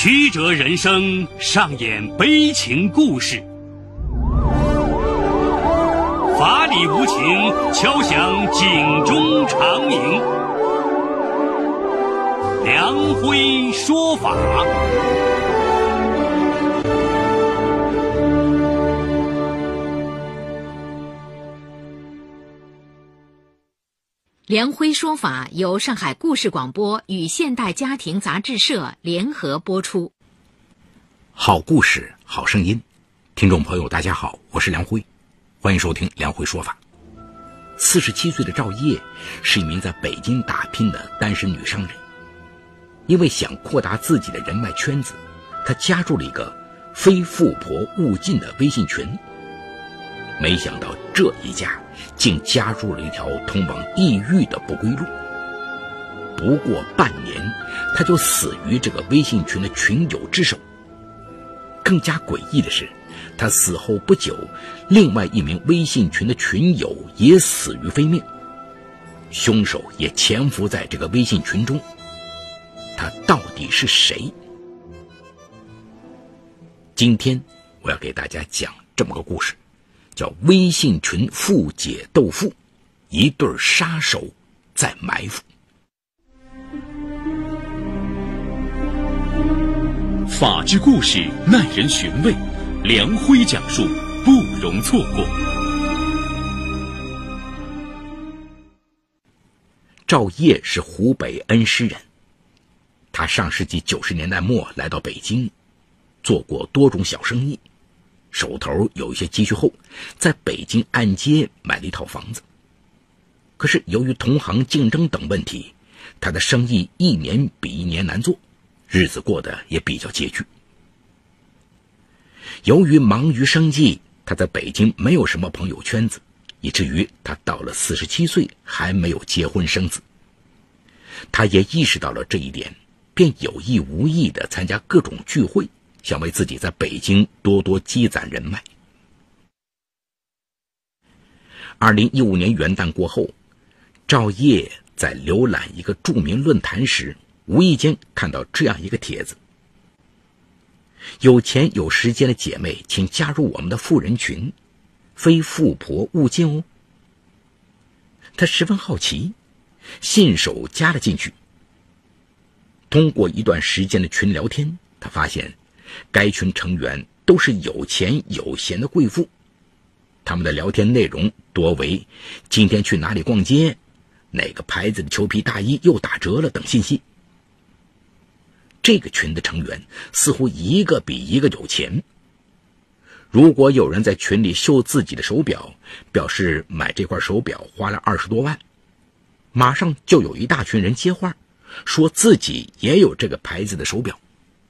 曲折人生上演悲情故事，法理无情敲响警钟长鸣。梁辉说法。 梁辉说法由上海故事广播与现代家庭杂志社联合播出。 好故事，好声音，听众朋友大家好，我是梁辉，欢迎收听梁辉说法。47岁的赵烨是一名在北京打拼的单身女商人，因为想扩大自己的人脉圈子，她加入了一个非富婆勿近的微信群。没想到这一家竟加入了一条通往地狱的不归路。不过半年，他就死于这个微信群的群友之手。更加诡异的是，他死后不久，另外一名微信群的群友也死于非命，凶手也潜伏在这个微信群中。他到底是谁？今天我要给大家讲这么个故事，叫微信群富姐斗富，一对杀手在埋伏。 法治故事耐人寻味，梁辉讲述不容错过。 赵烨是湖北恩施人，他上世纪90年代末来到北京，做过多种小生意，手头有一些积蓄后，在北京按揭买了一套房子。可是由于同行竞争等问题，他的生意一年比一年难做，日子过得也比较拮据。由于忙于生计，他在北京没有什么朋友圈子，以至于他到了47岁还没有结婚生子。他也意识到了这一点，便有意无意地参加各种聚会，想为自己在北京多多积攒人脉。2015年元旦过后，赵烨在浏览一个著名论坛时，无意间看到这样一个帖子：有钱有时间的姐妹，请加入我们的富人群，非富婆勿近哦。他十分好奇，信手加了进去。通过一段时间的群聊天，他发现该群成员都是有钱有闲的贵妇，他们的聊天内容多为今天去哪里逛街，哪个牌子的裘皮大衣又打折了等信息。这个群的成员似乎一个比一个有钱。如果有人在群里秀自己的手表，表示买这块手表花了20多万，马上就有一大群人接话，说自己也有这个牌子的手表。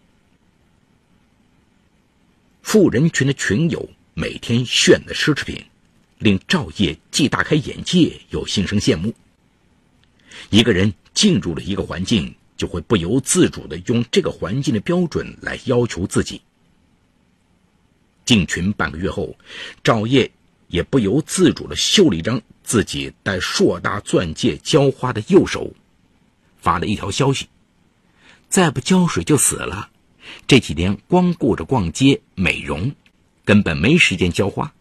富人群的群友每天炫的奢侈品，令赵烨既大开眼界又心生羡慕。一个人进入了一个环境，就会不由自主地用这个环境的标准来要求自己。进群半个月后，赵烨也不由自主地秀了一张自己戴硕大钻戒浇花的右手，发了一条消息：再不浇水就死了，这几年光顾着逛街美容，根本没时间浇花。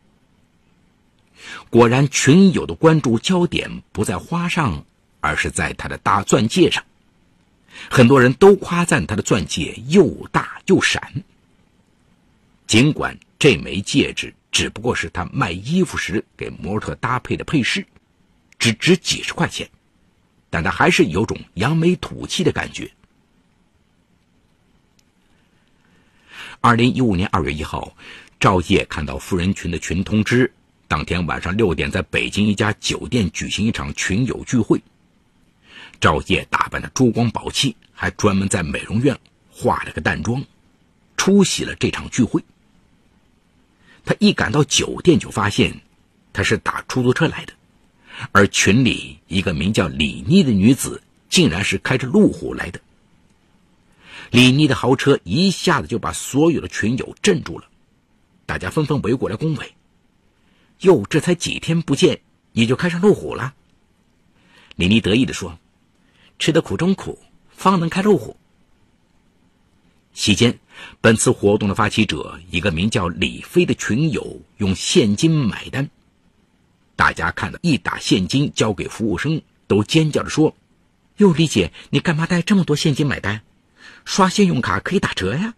果然，群友的关注焦点不在花上，而是在他的大钻戒上。很多人都夸赞他的钻戒又大又闪。尽管这枚戒指只不过是他卖衣服时给模特搭配的配饰，只值几十块钱，但他还是有种扬眉吐气的感觉。2015年2月1号，赵烨看到富人群的群通知，当天晚上6点在北京一家酒店举行一场群友聚会。赵烨打扮得珠光宝气，还专门在美容院化了个淡妆，出席了这场聚会。他一赶到酒店就发现他是打出租车来的，而群里一个名叫李妮的女子竟然是开着路虎来的。李妮的豪车一下子就把所有的群友镇住了，大家纷纷围过来恭维：哟，这才几天不见，你就开上路虎了？李妮得意地说：吃得苦中苦，方能开路虎。 期间，本次活动的发起者一个名叫李飞的群友用现金买单，大家看到一打现金交给服务生，都尖叫着说：“哟，李姐，你干嘛带这么多现金买单？刷信用卡可以打折呀！”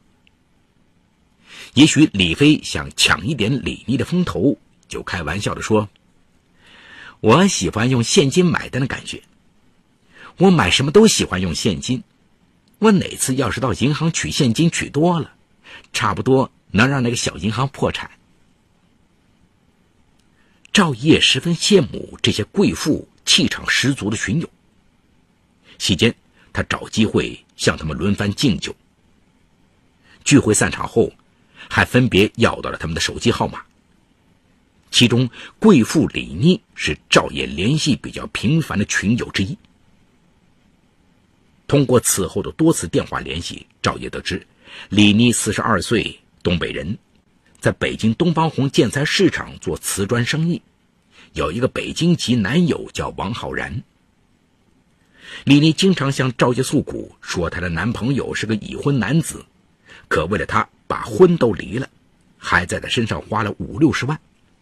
也许李飞想抢一点李妮的风头，就开玩笑地说：“我喜欢用现金买单的感觉，我买什么都喜欢用现金。我哪次要是到银行取现金取多了，差不多能让那个小银行破产。”赵烨十分羡慕这些贵妇气场十足的群友，期间他找机会向他们轮番敬酒。聚会散场后，还分别要到了他们的手机号码。其中贵妇李妮是赵烨联系比较频繁的群友之一。通过此后的多次电话联系，赵烨得知李妮42岁，东北人，在北京东方红建材市场做瓷砖生意，有一个北京籍男友叫王浩然。李妮经常向赵烨诉苦，说她的男朋友是个已婚男子，可为了她把婚都离了，还在他身上花了50-60万。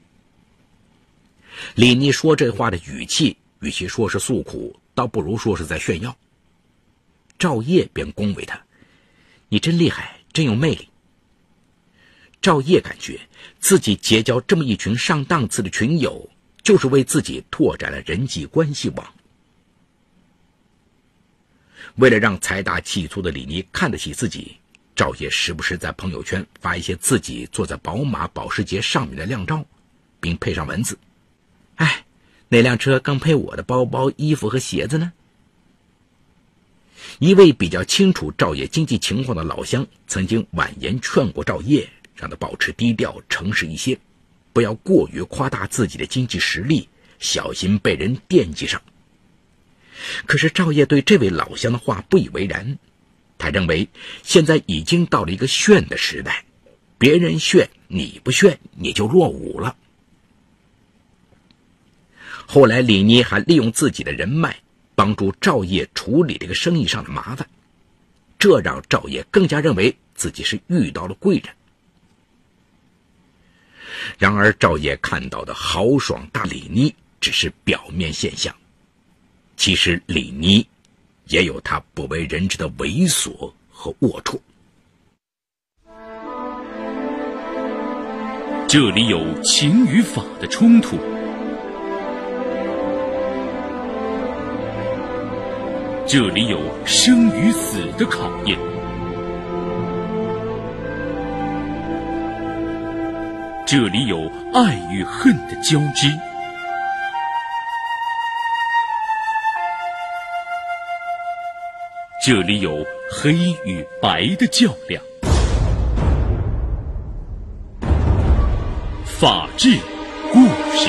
李妮说这话的语气，与其说是诉苦，倒不如说是在炫耀。赵烨便恭维他：“你真厉害，真有魅力。”赵烨感觉自己结交这么一群上档次的群友，就是为自己拓展了人际关系网。为了让财大气粗的李妮看得起自己，赵烨时不时在朋友圈发一些自己坐在宝马保时捷上面的靓照，并配上文字：“哎，那辆车刚配我的包包、衣服和鞋子呢。”一位比较清楚赵烨经济情况的老乡曾经婉言劝过赵烨，让他保持低调诚实一些，不要过于夸大自己的经济实力，小心被人惦记上。可是赵烨对这位老乡的话不以为然，他认为现在已经到了一个炫的时代，别人炫你不炫，你就落伍了。后来李妮还利用自己的人脉帮助赵烨处理这个生意上的麻烦，这让赵烨更加认为自己是遇到了贵人。然而赵烨看到的豪爽大李妮只是表面现象，其实李妮也有她不为人知的猥琐和龌龊。 这里有情与法的冲突，这里有生与死的考验，这里有爱与恨的交织，这里有黑与白的较量。法治故事。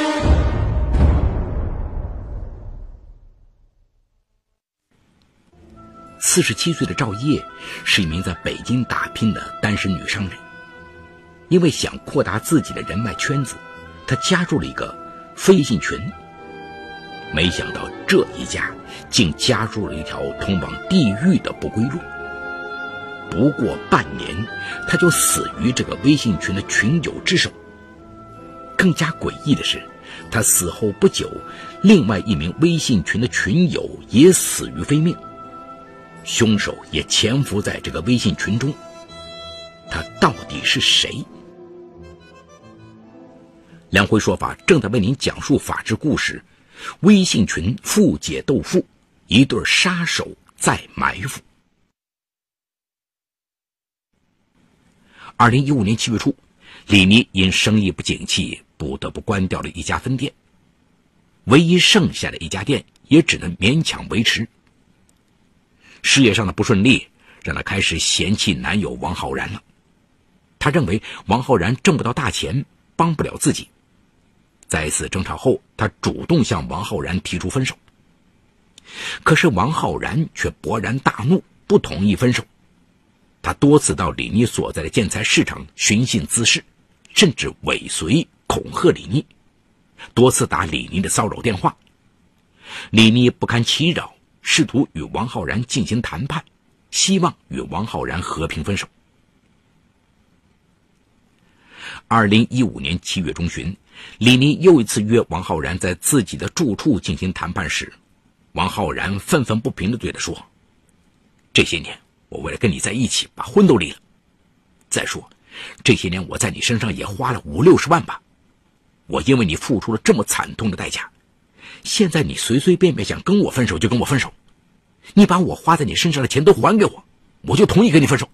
47岁的赵烨是一名在北京打拼的单身女商人，因为想扩大自己的人脉圈子，她加入了一个微信群。没想到这一家竟加入了一条通往地狱的不归路。不过半年，她就死于这个微信群的群友之手。更加诡异的是，她死后不久，另外一名微信群的群友也死于非命，凶手也潜伏在这个微信群中。他到底是谁？梁辉说法正在为您讲述法治故事，微信群富姐斗富，一对杀手在埋伏。2015年7月初，李妮因生意不景气，不得不关掉了一家分店，唯一剩下的一家店也只能勉强维持。事业上的不顺利让她开始嫌弃男友王浩然了。她认为王浩然挣不到大钱，帮不了自己。在一次争吵后，她主动向王浩然提出分手。可是王浩然却勃然大怒，不同意分手。他多次到李妮所在的建材市场寻衅滋事，甚至尾随恐吓李妮，多次打李妮的骚扰电话。李妮不堪其扰，试图与王浩然进行谈判， 希望与王浩然和平分手。2015年7月中旬，李妮又一次约王浩然在自己的住处进行谈判时，王浩然愤愤不平地对他说：这些年我为了跟你在一起把婚都离了，再说这些年我在你身上也花了50-60万吧，我因为你付出了这么惨痛的代价，现在你随随便便想跟我分手就跟我分手，你把我花在你身上的钱都还给我，我就同意跟你分手。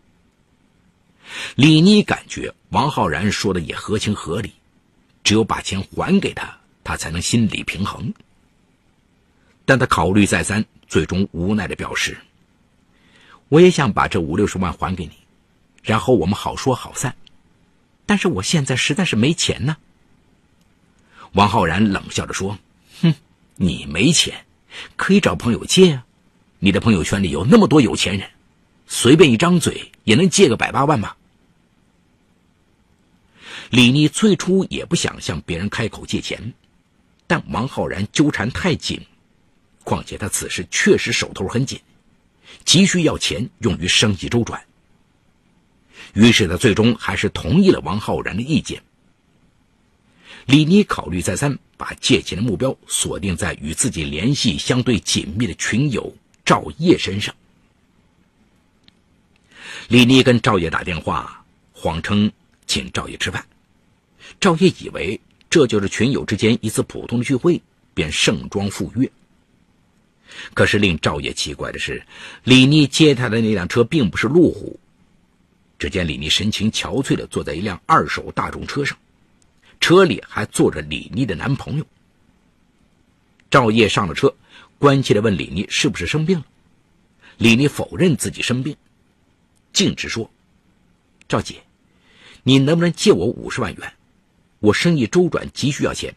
李妮感觉王浩然说的也合情合理，只有把钱还给他，他才能心理平衡。但他考虑再三，最终无奈地表示：我也想把这50-60万还给你，然后我们好说好散，但是我现在实在是没钱呢。王浩然冷笑着说：哼，你没钱可以找朋友借啊，你的朋友圈里有那么多有钱人，随便一张嘴也能借个100-8万吧。李妮最初也不想向别人开口借钱，但王浩然纠缠太紧，况且他此时确实手头很紧，急需要钱用于生计周转。于是他最终还是同意了王浩然的意见。李妮考虑再三，把借钱的目标锁定在与自己联系相对紧密的群友赵烨身上。李妮跟赵烨打电话，谎称请赵烨吃饭。赵烨以为这就是群友之间一次普通的聚会，便盛装赴约。可是令赵烨奇怪的是，李妮接他的那辆车并不是路虎。只见李妮神情憔悴地坐在一辆2手大众车上，车里还坐着李妮的男朋友。赵烨上了车，关切地问李妮是不是生病了。李妮否认自己生病，径直说：赵姐，你能不能借我50万元？我生意周转急需要钱。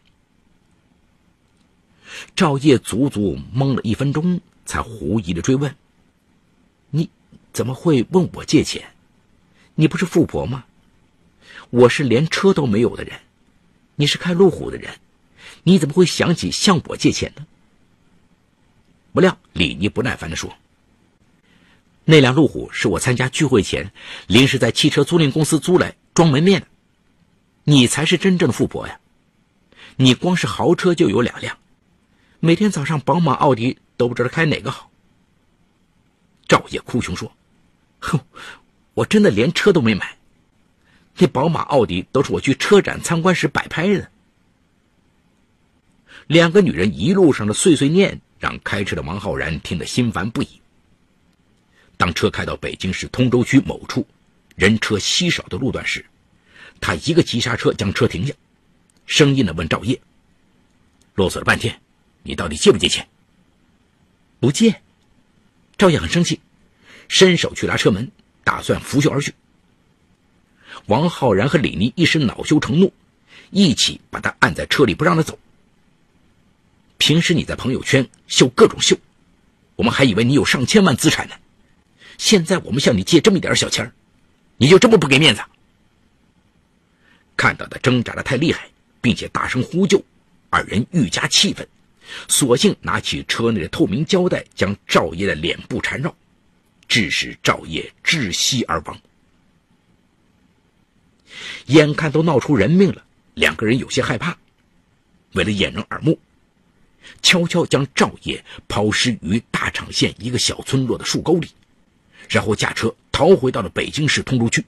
赵烨足足懵了1分钟，才狐疑地追问：你怎么会问我借钱？你不是富婆吗？我是连车都没有的人，你是开路虎的人，你怎么会想起向我借钱呢？不料李妮不耐烦地说：那辆路虎是我参加聚会前临时在汽车租赁公司租来装门面的，你才是真正的富婆呀！你光是豪车就有2辆，每天早上宝马奥迪都不知道开哪个好。赵烨哭穷说：哼，我真的连车都没买，那宝马奥迪都是我去车展参观时摆拍的。2个女人一路上的碎碎念让开车的王浩然听得心烦不已。当车开到北京市通州区某处人车稀少的路段时，他一个急刹车将车停下，生硬地问赵烨：啰嗦了半天，你到底借不借钱？不借。赵烨很生气，伸手去拉车门，打算拂袖而去。王浩然和李妮一时恼羞成怒，一起把他按在车里不让他走。平时你在朋友圈秀各种秀，我们还以为你有上千万资产呢，现在我们向你借这么一点小钱，你就这么不给面子？看到他挣扎得太厉害，并且大声呼救，二人愈加气愤，索性拿起车内的透明胶带将赵烨的脸部缠绕，致使赵烨窒息而亡。眼看都闹出人命了，2个人有些害怕，为了掩人耳目，悄悄将赵烨抛尸于大厂县一个小村落的树沟里，然后驾车逃回到了北京市通州区。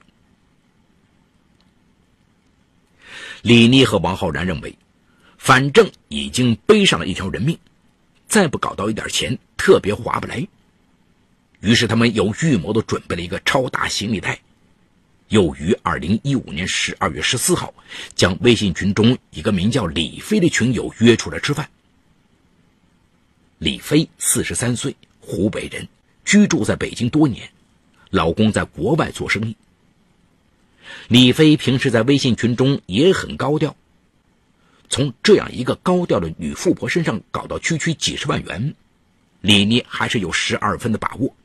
李妮和王浩然认为，反正已经背上了一条人命，再不搞到一点钱特别划不来。于是他们有预谋地准备了一个超大行李袋，又于2015年12月14号将微信群中一个名叫李飞的群友约出来吃饭。李飞43岁，湖北人，居住在北京多年，老公在国外做生意。李飞平时在微信群中也很高调，从这样一个高调的女富婆身上搞到区区几十万元，李妮还是有12分的把握。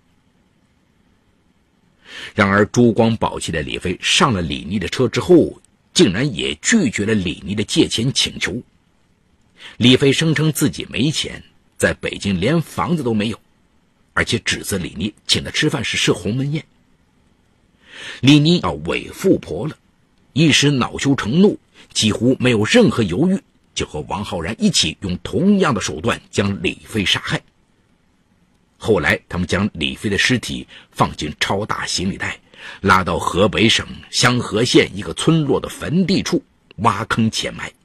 然而珠光宝气的李飞上了李妮的车之后，竟然也拒绝了李妮的借钱请求。李飞声称自己没钱，在北京连房子都没有， 而且指责李妮请他吃饭是吃鸿门宴。李妮要伪富婆了，一时恼羞成怒，几乎没有任何犹豫，就和王浩然一起用同样的手段将李飞杀害。后来他们将李飞的尸体放进超大行李袋，拉到河北省香河县一个村落的坟地处挖坑潜埋。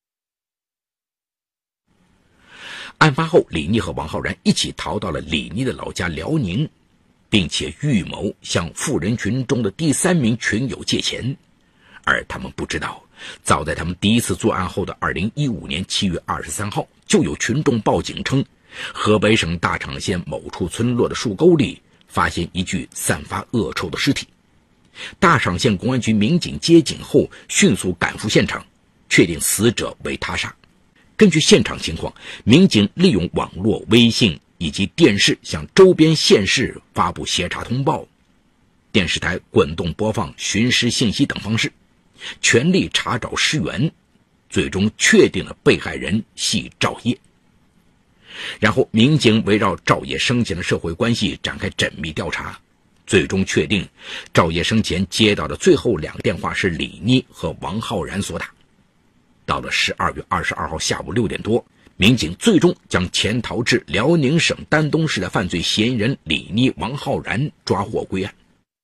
案发后，李妮和王浩然一起逃到了李妮的老家辽宁，并且预谋向富人群中的第3名群友借钱。而他们不知道，早在他们第一次作案后的2015年7月23号，就有群众报警称，河北省大厂县某处村落的树沟里发现一具散发恶臭的尸体。大厂县公安局民警接警后迅速赶赴现场，确定死者为他杀。根据现场情况，民警利用网络、微信以及电视向周边县市发布协查通报，电视台滚动播放寻尸信息等方式，全力查找尸源，最终确定了被害人系赵烨。然后民警围绕赵烨生前的社会关系展开缜密调查，最终确定赵烨生前接到的最后2个电话是李妮和王浩然所打。到了12月22号下午6点多，民警最终将潜逃至辽宁省丹东市的犯罪嫌疑人李妮、王浩然抓获归案。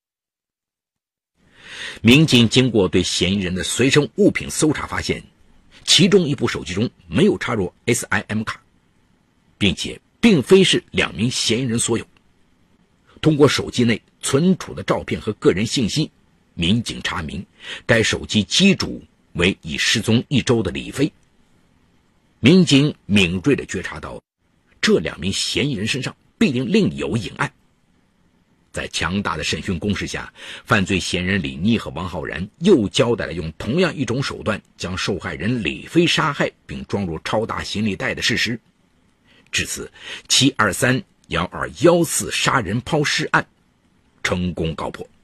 民警经过对嫌疑人的随身物品搜查，发现其中一部手机中没有插入 SIM 卡，并且并非是2名嫌疑人所有。通过手机内存储的照片和个人信息，民警查明该手机机主为已失踪1周的李飞。民警敏锐地觉察到，这2名嫌疑人身上必定另有隐案。在强大的审讯攻势下，犯罪嫌疑人李妮和王浩然又交代了用同样一种手段将受害人李飞杀害并装入超大行李袋的事实。至此723-1214杀人抛尸案成功告破。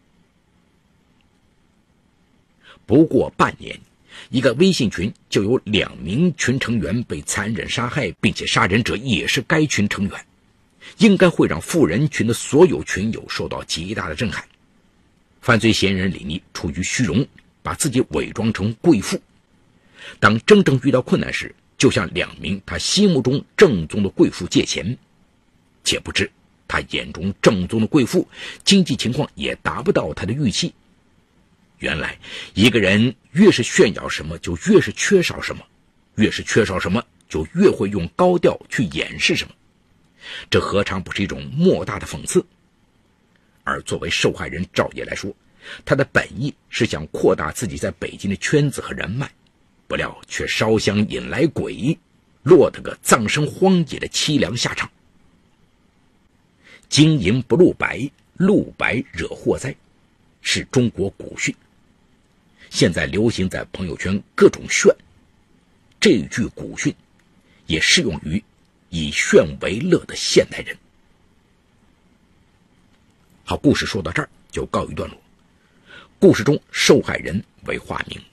不过半年，一个微信群就有2名群成员被残忍杀害，并且杀人者也是该群成员，应该会让富人群的所有群友受到极大的震撼。犯罪嫌疑人李妮出于虚荣，把自己伪装成贵妇，当真正遇到困难时，就向2名他心目中正宗的贵妇借钱，且不知他眼中正宗的贵妇经济情况也达不到他的预期。原来一个人越是炫耀什么就越是缺少什么，越是缺少什么就越会用高调去掩饰什么，这何尝不是一种莫大的讽刺？而作为受害人赵烨来说，他的本意是想扩大自己在北京的圈子和人脉，不料却烧香引来鬼，落得个葬身荒野的凄凉下场。金银不露白，露白惹祸灾，是中国古训，现在流行在朋友圈各种炫，这句古训也适用于以炫为乐的现代人。好，故事说到这儿就告一段落。故事中受害人为化名。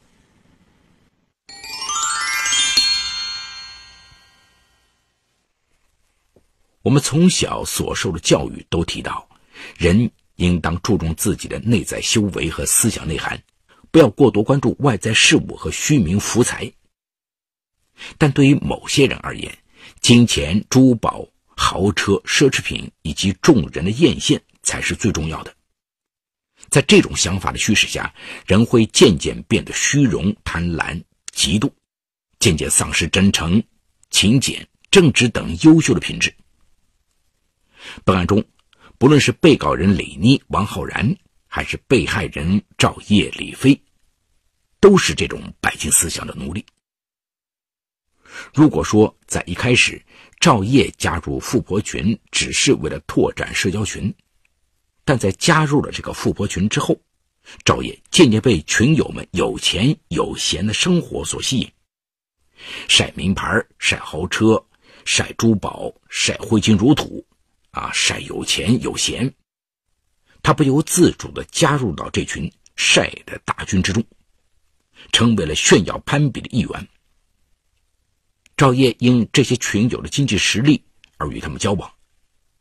我们从小所受的教育都提到，人应当注重自己的内在修为和思想内涵，不要过多关注外在事物和虚名浮财。但对于某些人而言，金钱、珠宝、豪车、奢侈品以及众人的艳羡才是最重要的。在这种想法的驱使下，人会渐渐变得虚荣、贪婪、嫉妒，渐渐丧失真诚、勤俭、正直等优秀的品质。本案中，不论是被告人李妮、王浩然，还是被害人赵烨、李飞，都是这种拜金思想的奴隶。如果说在一开始赵烨加入富婆群只是为了拓展社交群，但在加入了这个富婆群之后，赵烨渐渐被群友们有钱有闲的生活所吸引，晒名牌、晒豪车、晒珠宝、晒挥金如土晒有钱有闲，他不由自主地加入到这群晒的大军之中，成为了炫耀攀比的一员。赵烨因这些群友的经济实力而与他们交往，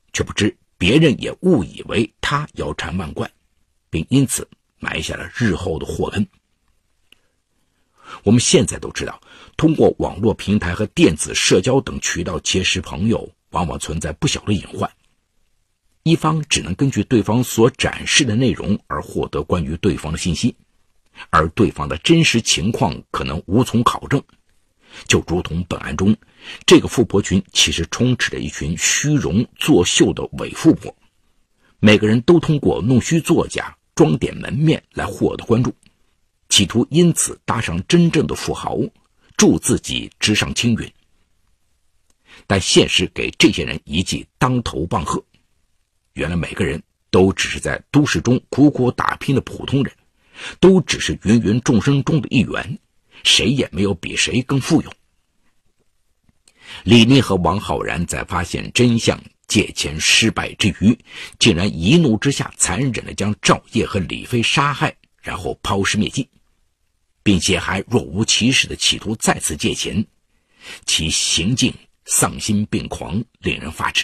却不知别人也误以为他腰缠万贯，并因此埋下了日后的祸根。我们现在都知道，通过网络平台和电子社交等渠道结识朋友，往往存在不小的隐患。一方只能根据对方所展示的内容而获得关于对方的信息，而对方的真实情况可能无从考证。就如同本案中，这个富婆群其实充斥着一群虚荣作秀的伪富婆，每个人都通过弄虚作假、装点门面来获得关注，企图因此搭上真正的富豪，助自己直上青云。但现实给这些人一记当头棒喝，原来每个人都只是在都市中苦苦打拼的普通人，都只是芸芸众生中的一员，谁也没有比谁更富有。李妮和王浩然在发现真相、借钱失败之余，竟然一怒之下残忍地将赵烨和李飞杀害，然后抛尸灭迹，并且还若无其事地企图再次借钱，其行径丧心病狂，令人发指。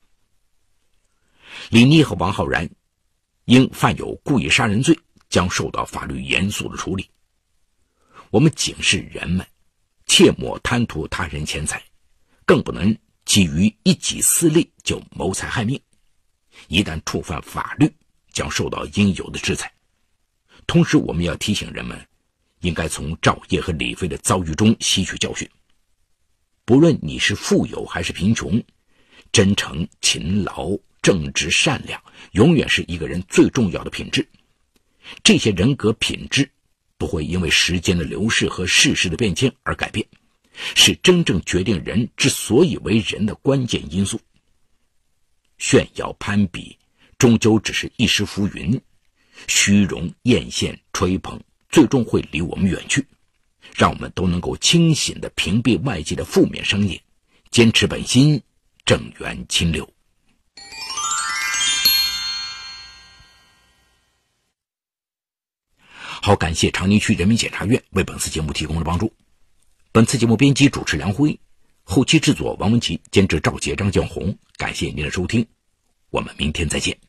李妮和王浩然因犯有故意杀人罪，将受到法律严肃的处理。我们警示人们，切莫贪图他人钱财，更不能基于一己私利就谋财害命，一旦触犯法律，将受到应有的制裁。同时我们要提醒人们，应该从赵烨和李飞的遭遇中吸取教训。不论你是富有还是贫穷，真诚、勤劳、正直、善良永远是一个人最重要的品质。这些人格品质不会因为时间的流逝和世事的变迁而改变，是真正决定人之所以为人的关键因素。炫耀攀比终究只是一时浮云，虚荣艳羡吹捧最终会离我们远去。让我们都能够清醒地屏蔽外界的负面声音，坚持本心，正源清流。好，感谢长宁区人民检察院为本次节目提供的帮助。本次节目编辑主持梁辉，后期制作王文琪，监制赵杰、张建红。感谢您的收听，我们明天再见。